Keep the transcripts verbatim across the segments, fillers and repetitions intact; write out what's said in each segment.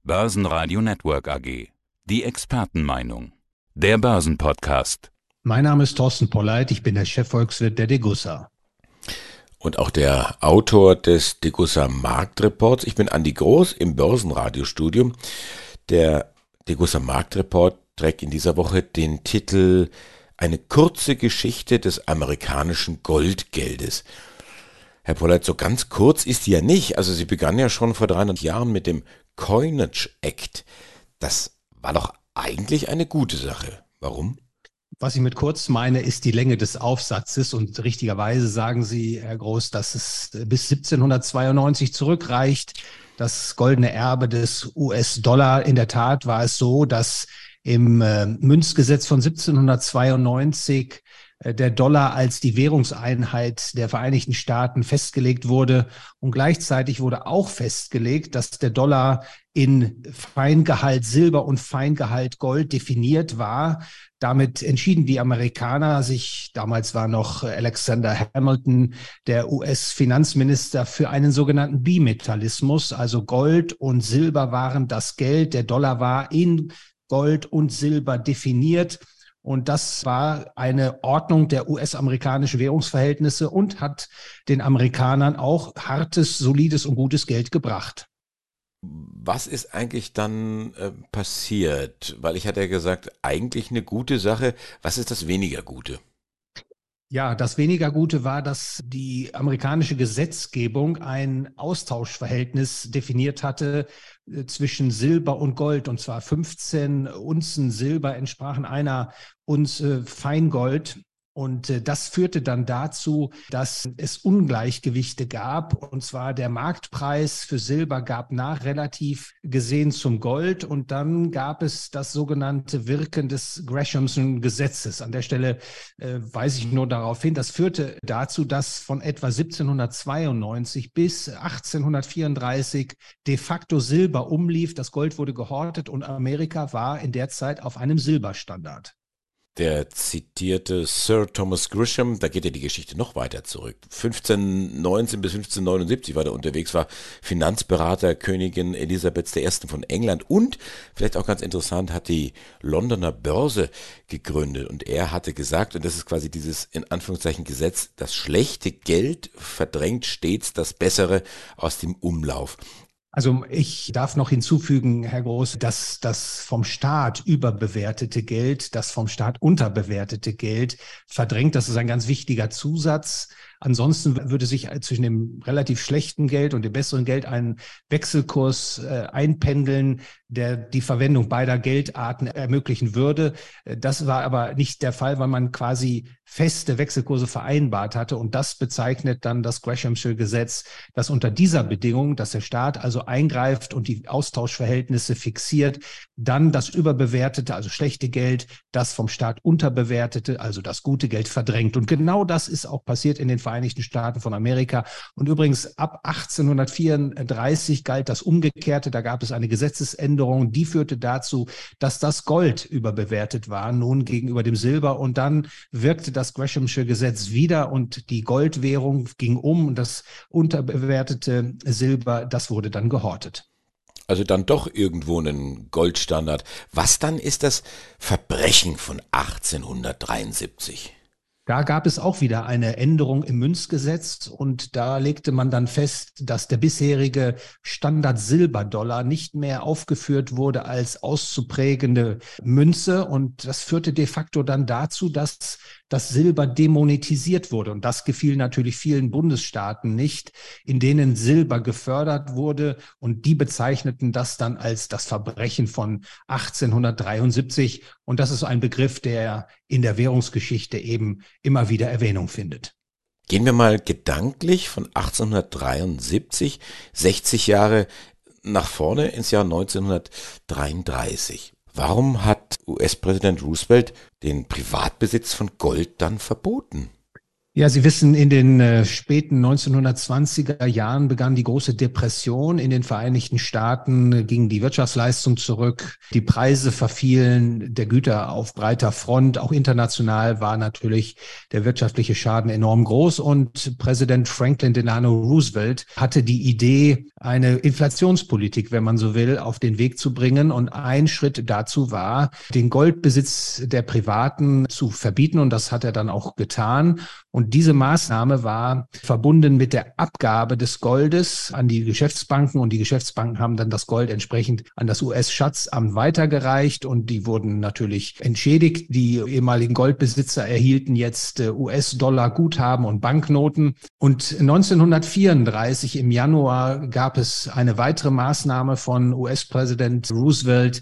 Börsenradio Network A G. Die Expertenmeinung. Der Börsenpodcast. Mein Name ist Thorsten Polleit, ich bin der Chefvolkswirt der Degussa. Und auch der Autor des Degussa Marktreports. Ich bin Andi Groß im Börsenradiostudium. Der Degussa Marktreport trägt in dieser Woche den Titel Eine kurze Geschichte des amerikanischen Goldgeldes. Herr Polleit, so ganz kurz ist die ja nicht. Also sie begann ja schon vor dreihundert Jahren mit dem Coinage Act. Das war doch eigentlich eine gute Sache. Warum? Was ich mit kurz meine, ist die Länge des Aufsatzes. Und richtigerweise sagen Sie, Herr Groß, dass es bis siebzehnhundertzweiundneunzig zurückreicht. Das goldene Erbe des U S-Dollar. In der Tat war es so, dass im äh, Münzgesetz von siebzehnhundertzweiundneunzig der Dollar als die Währungseinheit der Vereinigten Staaten festgelegt wurde. Und gleichzeitig wurde auch festgelegt, dass der Dollar in Feingehalt Silber und Feingehalt Gold definiert war. Damit entschieden die Amerikaner sich, damals war noch Alexander Hamilton, der U S-Finanzminister, für einen sogenannten Bimetallismus. Also Gold und Silber waren das Geld. Der Dollar war in Gold und Silber definiert. Und das war eine Ordnung der U S-amerikanischen Währungsverhältnisse und hat den Amerikanern auch hartes, solides und gutes Geld gebracht. Was ist eigentlich dann äh, passiert? Weil ich hatte ja gesagt, eigentlich eine gute Sache. Was ist das weniger Gute? Ja, das weniger Gute war, dass die amerikanische Gesetzgebung ein Austauschverhältnis definiert hatte äh, zwischen Silber und Gold. Und zwar fünfzehn Unzen Silber entsprachen einer Unze Feingold. Und äh, das führte dann dazu, dass es Ungleichgewichte gab. Und zwar der Marktpreis für Silber gab nach relativ gesehen zum Gold. Und dann gab es das sogenannte Wirken des Gresham'schen Gesetzes. An der Stelle äh, weise ich nur darauf hin, das führte dazu, dass von etwa siebzehnhundertzweiundneunzig bis achtzehnhundertvierunddreißig de facto Silber umlief. Das Gold wurde gehortet und Amerika war in der Zeit auf einem Silberstandard. Der zitierte Sir Thomas Grisham, da geht ja die Geschichte noch weiter zurück. fünfzehnhundertneunzehn bis fünfzehnhundertneunundsiebzig war der unterwegs, war Finanzberater Königin Elisabeth der Ersten von England und, vielleicht auch ganz interessant, hat die Londoner Börse gegründet. Und er hatte gesagt, und das ist quasi dieses in Anführungszeichen Gesetz, das schlechte Geld verdrängt stets das Bessere aus dem Umlauf. Also ich darf noch hinzufügen, Herr Groß, dass das vom Staat überbewertete Geld, das vom Staat unterbewertete Geld verdrängt. Das ist ein ganz wichtiger Zusatz. Ansonsten würde sich zwischen dem relativ schlechten Geld und dem besseren Geld ein Wechselkurs äh, einpendeln, der die Verwendung beider Geldarten ermöglichen würde. Das war aber nicht der Fall, weil man quasi feste Wechselkurse vereinbart hatte. Und das bezeichnet dann das Gresham'sche Gesetz, dass unter dieser Bedingung, dass der Staat also eingreift und die Austauschverhältnisse fixiert, dann das überbewertete, also schlechte Geld, das vom Staat unterbewertete, also das gute Geld verdrängt. Und genau das ist auch passiert in den Vereinigten Staaten von Amerika. Und übrigens ab achtzehnhundertvierunddreißig galt das Umgekehrte. Da gab es eine Gesetzesänderung, die führte dazu, dass das Gold überbewertet war, nun gegenüber dem Silber. Und dann wirkte das Gresham'sche Gesetz wieder und die Goldwährung ging um und das unterbewertete Silber, das wurde dann gehortet. Also dann doch irgendwo einen Goldstandard. Was dann ist das Verbrechen von achtzehnhundertdreiundsiebzig? Da gab es auch wieder eine Änderung im Münzgesetz und da legte man dann fest, dass der bisherige Standard-Silberdollar nicht mehr aufgeführt wurde als auszuprägende Münze und das führte de facto dann dazu, dass das Silber demonetisiert wurde und das gefiel natürlich vielen Bundesstaaten nicht, in denen Silber gefördert wurde und die bezeichneten das dann als das Verbrechen von achtzehnhundertdreiundsiebzig und das ist ein Begriff, der in der Währungsgeschichte eben immer wieder Erwähnung findet. Gehen wir mal gedanklich von achtzehnhundertdreiundsiebzig, sechzig Jahre nach vorne ins Jahr neunzehnhundertdreiunddreißig. Warum hat U S-Präsident Roosevelt den Privatbesitz von Gold dann verboten? Ja, Sie wissen, in den äh, späten neunzehnhundertzwanziger Jahren begann die große Depression in den Vereinigten Staaten, äh, ging die Wirtschaftsleistung zurück, die Preise verfielen, der Güter auf breiter Front, auch international war natürlich der wirtschaftliche Schaden enorm groß und Präsident Franklin Delano Roosevelt hatte die Idee, eine Inflationspolitik, wenn man so will, auf den Weg zu bringen und ein Schritt dazu war, den Goldbesitz der Privaten zu verbieten und das hat er dann auch getan. Und diese Maßnahme war verbunden mit der Abgabe des Goldes an die Geschäftsbanken und die Geschäftsbanken haben dann das Gold entsprechend an das U S-Schatzamt weitergereicht und die wurden natürlich entschädigt. Die ehemaligen Goldbesitzer erhielten jetzt U S-Dollar-Guthaben und Banknoten. Und neunzehnhundertvierunddreißig im Januar gab es eine weitere Maßnahme von U S-Präsident Roosevelt.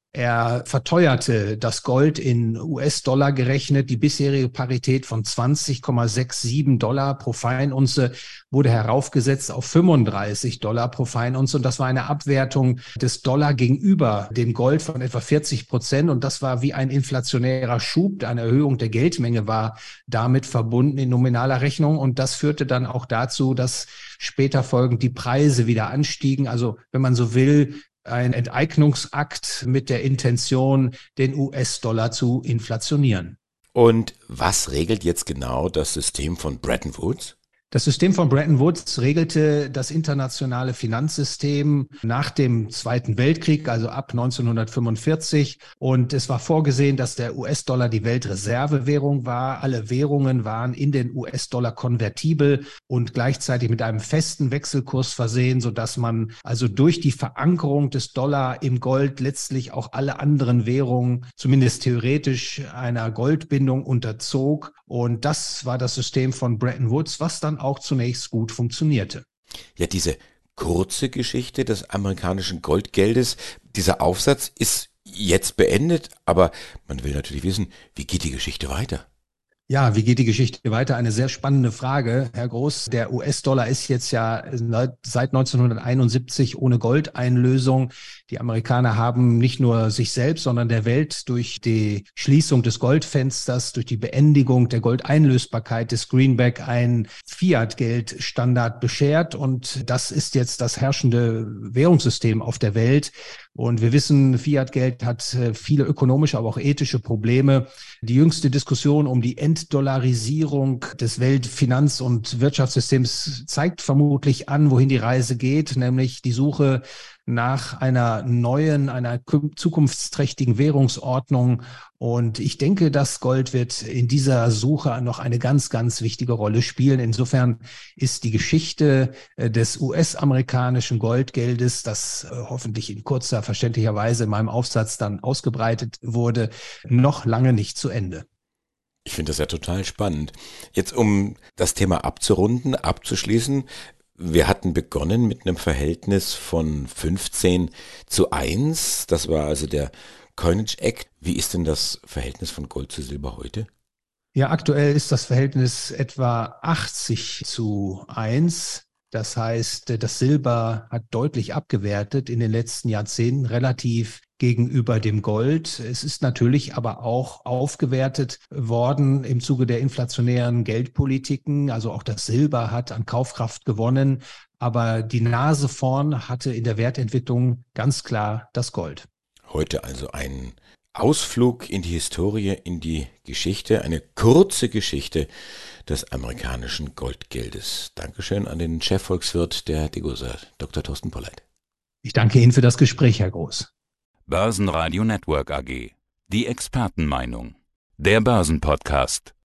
Er verteuerte das Gold in U S-Dollar gerechnet. Die bisherige Parität von zwanzig Komma siebenundsechzig Dollar pro Feinunze wurde heraufgesetzt auf fünfunddreißig Dollar pro Feinunze. Und das war eine Abwertung des Dollar gegenüber dem Gold von etwa vierzig Prozent. Und das war wie ein inflationärer Schub. Eine Erhöhung der Geldmenge war damit verbunden in nominaler Rechnung. Und das führte dann auch dazu, dass später folgend die Preise wieder anstiegen. Also, wenn man so will, ein Enteignungsakt mit der Intention, den U S-Dollar zu inflationieren. Und was regelt jetzt genau das System von Bretton Woods? Das System von Bretton Woods regelte das internationale Finanzsystem nach dem Zweiten Weltkrieg, also ab neunzehnhundertfünfundvierzig. Und es war vorgesehen, dass der U S-Dollar die Weltreservewährung war. Alle Währungen waren in den U S-Dollar konvertibel und gleichzeitig mit einem festen Wechselkurs versehen, sodass man also durch die Verankerung des Dollar im Gold letztlich auch alle anderen Währungen, zumindest theoretisch, einer Goldbindung unterzog. Und das war das System von Bretton Woods, was dann auch zunächst gut funktionierte. Ja, diese kurze Geschichte des amerikanischen Goldgeldes, dieser Aufsatz ist jetzt beendet, aber man will natürlich wissen, wie geht die Geschichte weiter? Ja, wie geht die Geschichte weiter? Eine sehr spannende Frage, Herr Groß. Der U S-Dollar ist jetzt ja seit neunzehnhunderteinundsiebzig ohne Goldeinlösung. Die Amerikaner haben nicht nur sich selbst, sondern der Welt durch die Schließung des Goldfensters, durch die Beendigung der Goldeinlösbarkeit des Greenback einen Fiat-Geldstandard beschert. Und das ist jetzt das herrschende Währungssystem auf der Welt. Und wir wissen, Fiat-Geld hat viele ökonomische, aber auch ethische Probleme. Die jüngste Diskussion um die Entdollarisierung des Weltfinanz- und Wirtschaftssystems zeigt vermutlich an, wohin die Reise geht, nämlich die Suche nach einer neuen, einer zukunftsträchtigen Währungsordnung. Und ich denke, das Gold wird in dieser Suche noch eine ganz, ganz wichtige Rolle spielen. Insofern ist die Geschichte des U S-amerikanischen Goldgeldes, das hoffentlich in kurzer, verständlicher Weise in meinem Aufsatz dann ausgebreitet wurde, noch lange nicht zu Ende. Ich finde das ja total spannend. Jetzt, um das Thema abzurunden, abzuschließen, wir hatten begonnen mit einem Verhältnis von fünfzehn zu eins. Das war also der Coinage Act. Wie ist denn das Verhältnis von Gold zu Silber heute? Ja, aktuell ist das Verhältnis etwa achtzig zu eins. Das heißt, das Silber hat deutlich abgewertet in den letzten Jahrzehnten relativ gegenüber dem Gold. Es ist natürlich aber auch aufgewertet worden im Zuge der inflationären Geldpolitiken. Also auch das Silber hat an Kaufkraft gewonnen. Aber die Nase vorn hatte in der Wertentwicklung ganz klar das Gold. Heute also ein Ausflug in die Historie, in die Geschichte, eine kurze Geschichte des amerikanischen Goldgeldes. Dankeschön an den Chefvolkswirt der Degussa, Doktor Thorsten Polleit. Ich danke Ihnen für das Gespräch, Herr Groß. Börsenradio Network A G. Die Expertenmeinung. Der Börsenpodcast.